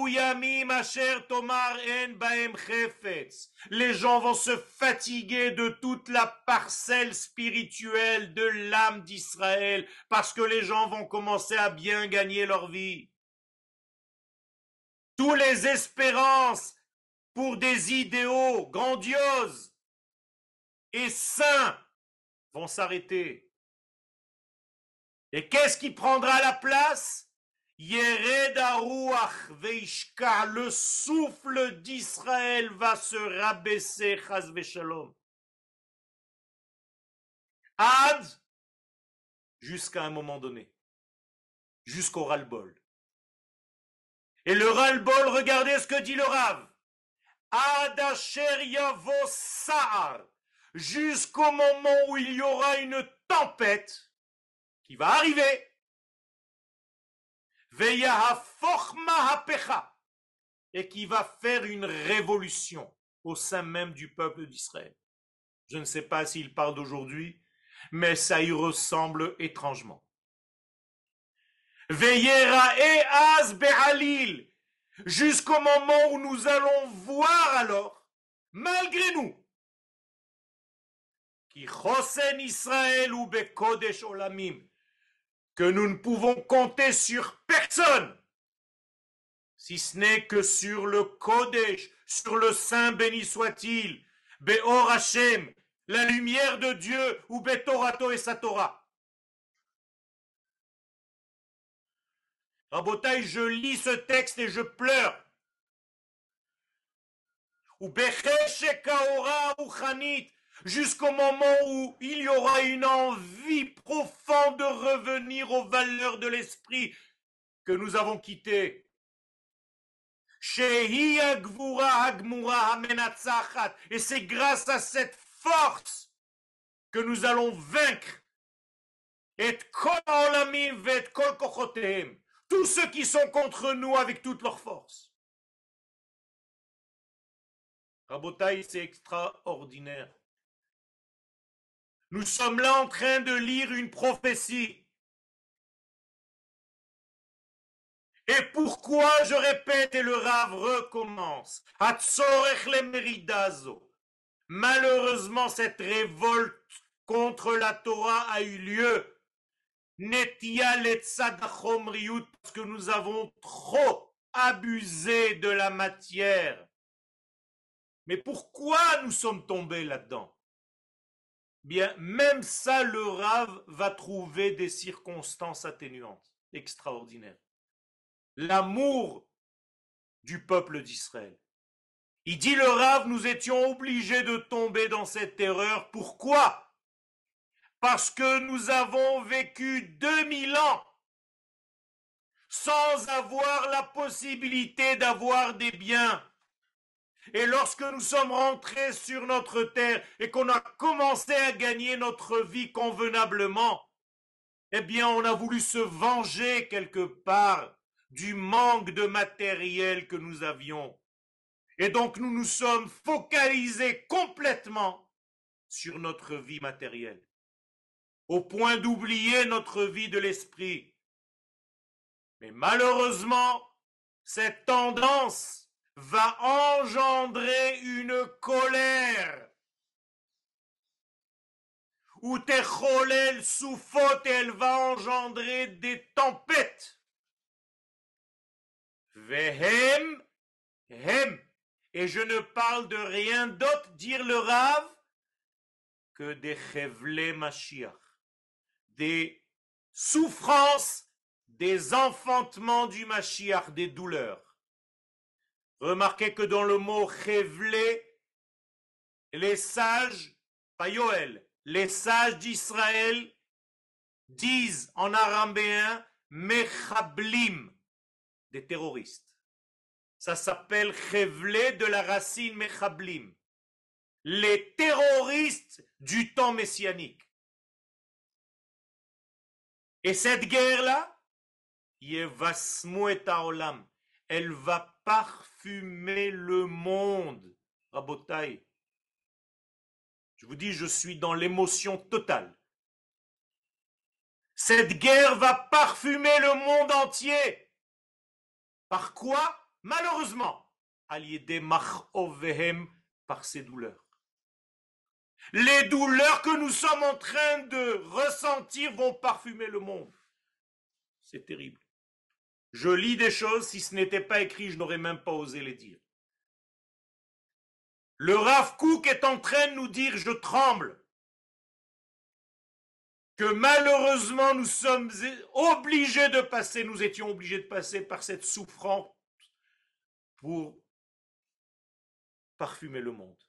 [SPEAKER 1] gens vont se fatiguer de toute la parcelle spirituelle de l'âme d'Israël parce que les gens vont commencer à bien gagner leur vie. Toutes les espérances pour des idéaux grandioses et saints vont s'arrêter. Et qu'est-ce qui prendra la place? Yered Aruach Veishka, le souffle d'Israël va se rabaisser, chas veshalom. Ad, jusqu'à un moment donné, jusqu'au ras-le-bol. Et le ras-le-bol, regardez ce que dit le Rav. Ad asher yavo sa'ar, jusqu'au moment où il y aura une tempête qui va arriver. Et qui va faire une révolution au sein même du peuple d'Israël. Je ne sais pas s'il parle d'aujourd'hui, mais ça y ressemble étrangement. Jusqu'au moment où nous allons voir alors, malgré nous, qui chosen Israël ou bekodesh olamim, que nous ne pouvons compter sur personne, si ce n'est que sur le Kodesh, sur le Saint béni soit-il, Be'or Hashem, la lumière de Dieu, ou Betorato et sa Torah. Rabotai, je lis ce texte et je pleure. Ou Becheshekaora ou Chanit, jusqu'au moment où il y aura une envie profonde de revenir aux valeurs de l'esprit que nous avons quittées. Et c'est grâce à cette force que nous allons vaincre tous ceux qui sont contre nous avec toute leur force. Rabotai, c'est extraordinaire. Nous sommes là en train de lire une prophétie. Et pourquoi, je répète, et le Rav recommence, malheureusement, cette révolte contre la Torah a eu lieu, parce que nous avons trop abusé de la matière. Mais pourquoi nous sommes tombés là-dedans? Bien, même ça, le Rav va trouver des circonstances atténuantes, extraordinaires. L'amour du peuple d'Israël. Il dit le Rav, nous étions obligés de tomber dans cette erreur. Pourquoi? Parce que nous avons vécu deux mille ans sans avoir la possibilité d'avoir des biens. Et lorsque nous sommes rentrés sur notre terre et qu'on a commencé à gagner notre vie convenablement, eh bien on a voulu se venger quelque part du manque de matériel que nous avions. Et donc nous nous sommes focalisés complètement sur notre vie matérielle, au point d'oublier notre vie de l'esprit. Mais malheureusement, cette tendance va engendrer une colère. Ou techolel soufot, elle va engendrer des tempêtes. Vehem, hem, et je ne parle de rien d'autre, dire le Rav, que des chevlé Mashiach, des souffrances, des enfantements du Mashiach, des douleurs. Remarquez que dans le mot chevlé, les sages, pas Yoel, les sages d'Israël disent en araméen mechablim, des terroristes. Ça s'appelle chevlé de la racine mechablim. Les terroristes du temps messianique. Et cette guerre-là, yevasmu et haolam, elle va parfumer le monde. Rabotai, je vous dis, je suis dans l'émotion totale. Cette guerre va parfumer le monde entier. Par quoi? Malheureusement, Aliédé Machovehem, par ses douleurs. Les douleurs que nous sommes en train de ressentir vont parfumer le monde. C'est terrible. Je lis des choses, si ce n'était pas écrit, je n'aurais même pas osé les dire. Le Rav Kook est en train de nous dire, je tremble, que malheureusement nous sommes obligés de passer, nous étions obligés de passer par cette souffrance pour parfumer le monde.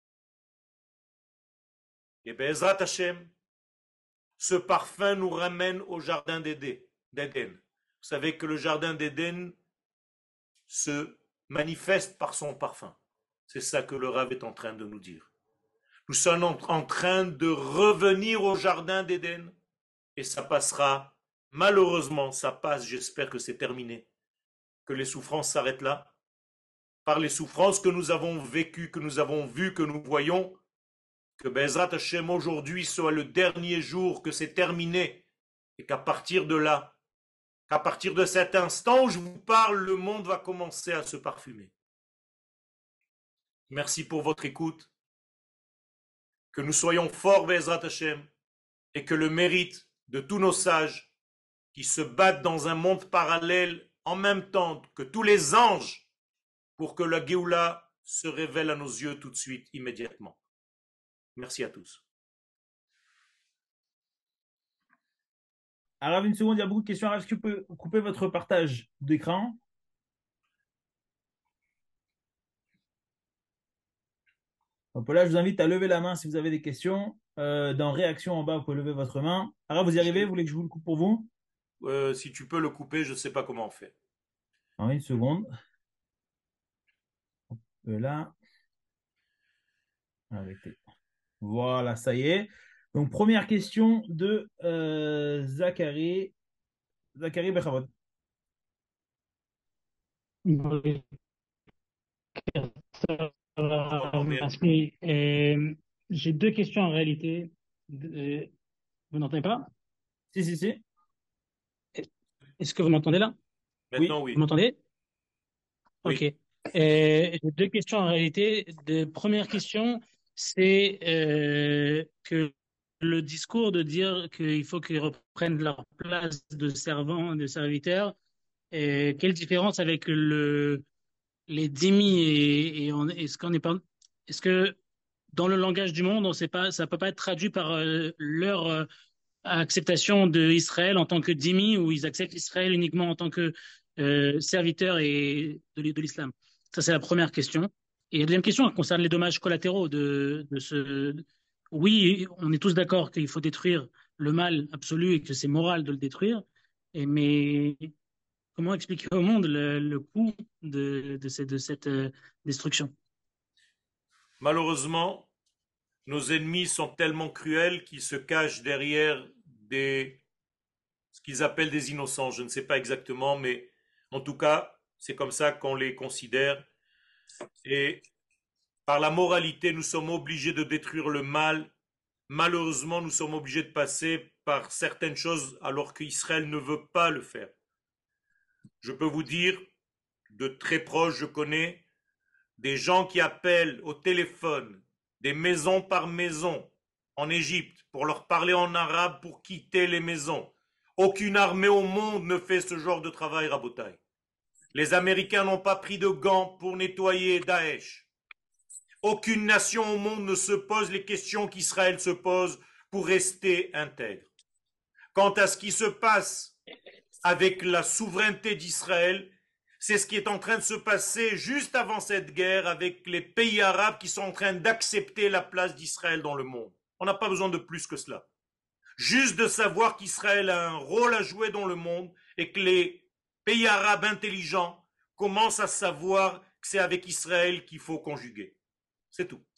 [SPEAKER 1] Et Be'ezrat Hashem, ce parfum nous ramène au jardin d'Éden. Vous savez que le jardin d'Éden se manifeste par son parfum. C'est ça que le Rav est en train de nous dire. Nous sommes en train de revenir au jardin d'Éden et ça passera, malheureusement, ça passe, j'espère que c'est terminé, que les souffrances s'arrêtent là. Par les souffrances que nous avons vécues, que nous avons vues, que nous voyons, que Be'ezrat Hashem aujourd'hui soit le dernier jour, que c'est terminé et qu'à partir de là, qu'à partir de cet instant où je vous parle, le monde va commencer à se parfumer. Merci pour votre écoute. Que nous soyons forts, Be'ezrat Hashem, et que le mérite de tous nos sages qui se battent dans un monde parallèle en même temps que tous les anges pour que la Géoula se révèle à nos yeux tout de suite, immédiatement. Merci à tous.
[SPEAKER 2] Alors, une seconde, il y a beaucoup de questions. Est-ce que vous pouvez couper votre partage d'écran? Donc là, je vous invite à lever la main si vous avez des questions. Euh, dans réaction en bas, vous pouvez lever votre main. Alors, vous y arrivez? Vous voulez que je vous le coupe pour vous?
[SPEAKER 1] Euh, si tu peux le couper, je ne sais pas comment on fait.
[SPEAKER 2] En une seconde. Euh, là. Arrêtez. Voilà, ça y est. Donc, première question de euh, Zachary. Zachary Bechavot.
[SPEAKER 1] On t'entend bien.
[SPEAKER 3] Merci. Euh, j'ai deux questions en réalité. Euh, vous n'entendez pas?
[SPEAKER 2] Si, si, si.
[SPEAKER 3] Est-ce que vous m'entendez là?
[SPEAKER 1] Maintenant,
[SPEAKER 3] Vous
[SPEAKER 1] oui.
[SPEAKER 3] m'entendez? Ok.
[SPEAKER 1] Oui.
[SPEAKER 3] Euh, j'ai deux questions en réalité. De première question, c'est euh, que le discours de dire qu'il faut qu'ils reprennent leur place de servants, de serviteurs, et quelle différence avec le, les dhimmi et, et, on- est-ce qu'on est pas, est-ce que dans le langage du monde, on sait pas, ça peut pas être traduit par euh, leur euh, acceptation d'Israël en tant que dhimmi ou ils acceptent Israël uniquement en tant que euh, serviteur et de, de l'islam. Ça, c'est la première question. Et la deuxième question elle concerne les dommages collatéraux de, de ce. Oui, on est tous d'accord qu'il faut détruire le mal absolu et que c'est moral de le détruire. Et, mais comment expliquer au monde le, le coût de, de, cette, de cette euh, destruction?
[SPEAKER 1] Malheureusement, nos ennemis sont tellement cruels qu'ils se cachent derrière des, ce qu'ils appellent des innocents. Je ne sais pas exactement, mais en tout cas, c'est comme ça qu'on les considère. Et par la moralité, nous sommes obligés de détruire le mal. Malheureusement, nous sommes obligés de passer par certaines choses alors qu'Israël ne veut pas le faire. Je peux vous dire, de très proche, je connais des gens qui appellent au téléphone, des maisons par maison, en Égypte, pour leur parler en arabe pour quitter les maisons. Aucune armée au monde ne fait ce genre de travail, Rabotai. Les Américains n'ont pas pris de gants pour nettoyer Daesh. Aucune nation au monde ne se pose les questions qu'Israël se pose pour rester intègre. Quant à ce qui se passe avec la souveraineté d'Israël, c'est ce qui est en train de se passer juste avant cette guerre avec les pays arabes qui sont en train d'accepter la place d'Israël dans le monde. On n'a pas besoin de plus que cela. Juste de savoir qu'Israël a un rôle à jouer dans le monde et que les pays arabes intelligents commencent à savoir que c'est avec Israël qu'il faut conjuguer. C'est tout.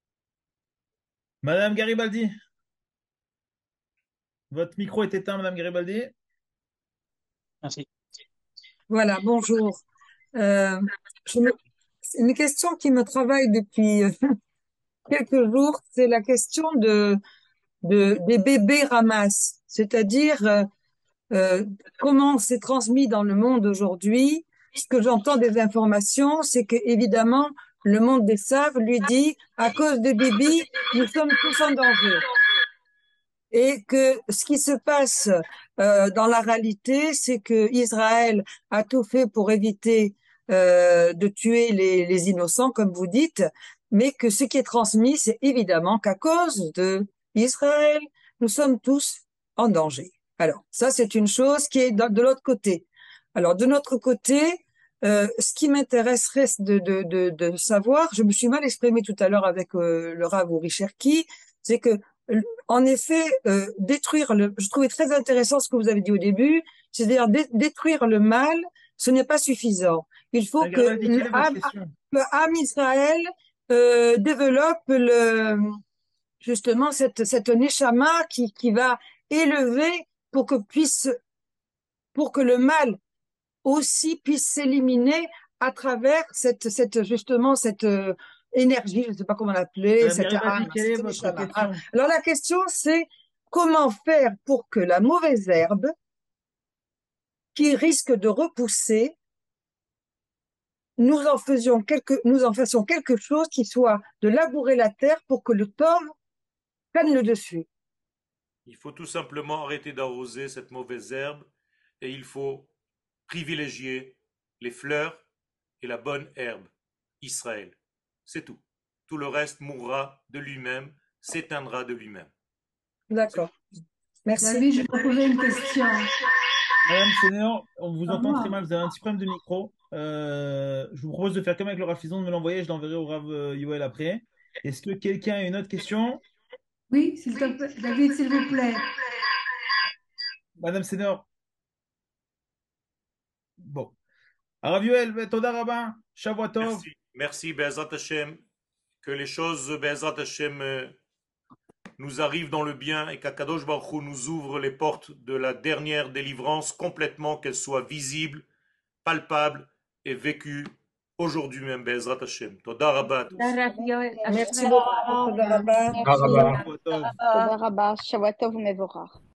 [SPEAKER 2] Madame Garibaldi. Votre micro est éteint, Madame Garibaldi.
[SPEAKER 3] Merci.
[SPEAKER 4] Voilà, bonjour. Euh, je me- c'est une question qui me travaille depuis euh, quelques jours, c'est la question de, de des bébés ramasses, c'est-à-dire euh, euh, comment c'est transmis dans le monde aujourd'hui. Ce que j'entends des informations, c'est que évidemment le monde des saves lui dit à cause de Bibi, nous sommes tous en danger. Et que ce qui se passe euh, dans la réalité, c'est que Israël a tout fait pour éviter euh, de tuer les, les innocents, comme vous dites, mais que ce qui est transmis, c'est évidemment qu'à cause de Israël, nous sommes tous en danger. Alors, ça, c'est une chose qui est de, de l'autre côté. Alors, de notre côté, euh, ce qui m'intéresserait de, de, de, de savoir, je me suis mal exprimée tout à l'heure avec euh, le Rav Uri Cherki, c'est que en effet, euh, détruire le, je trouvais très intéressant ce que vous avez dit au début, c'est-à-dire dé- détruire le mal, ce n'est pas suffisant. Il faut que
[SPEAKER 2] Regardez, quelle est votre
[SPEAKER 4] l'âme,
[SPEAKER 2] question?
[SPEAKER 4] le âme Israël euh, développe le, justement cette, cette neshama qui, qui va élever pour que puisse, pour que le mal aussi puisse s'éliminer à travers cette, cette, justement, cette euh, énergie, je ne sais pas comment l'appeler,
[SPEAKER 2] Madame
[SPEAKER 4] cette âme,
[SPEAKER 2] Garibati, quelle est
[SPEAKER 4] cette
[SPEAKER 2] votre
[SPEAKER 4] neshama. Ah,
[SPEAKER 2] question?
[SPEAKER 4] alors la question, c'est comment faire pour que la mauvaise herbe qui risque de repousser, nous en faisions quelque, nous en fassions quelque chose qui soit de labourer la terre pour que le tauve prenne le dessus.
[SPEAKER 1] Il faut tout simplement arrêter d'arroser cette mauvaise herbe et il faut privilégier les fleurs et la bonne herbe, Israël. C'est tout. Tout le reste mourra de lui-même, s'éteindra de lui-même.
[SPEAKER 4] D'accord. Merci.
[SPEAKER 5] David, je vais poser une question.
[SPEAKER 2] Madame Sénéor, on vous
[SPEAKER 5] À
[SPEAKER 2] entend
[SPEAKER 5] moi.
[SPEAKER 2] très mal, vous avez un petit problème de micro. Euh, je vous propose de faire comme avec le Rav Fison, de me l'envoyer, je l'enverrai au Rav euh, Yoel après. Est-ce que quelqu'un a une autre question?
[SPEAKER 5] Oui, s'il te plaît. David, s'il vous plaît.
[SPEAKER 2] Madame Sénéor. Bon. Rav Yoel, Toda Rabba, Shavua Tov.
[SPEAKER 1] Merci. Merci, Be'ezrat Hashem. Que les choses, Be'ezrat Hashem, euh, nous arrivent dans le bien et qu'Akadosh Baruch Hu nous ouvre les portes de la dernière délivrance complètement, qu'elle soit visible, palpable et vécue aujourd'hui même, Be'ezrat Hashem. Toda Rabba à tous.
[SPEAKER 4] Merci beaucoup. Toda rabba.
[SPEAKER 6] תודה רבה.
[SPEAKER 2] Shavua Tov.
[SPEAKER 7] תודה רבה, שבוע טוב ומבורך.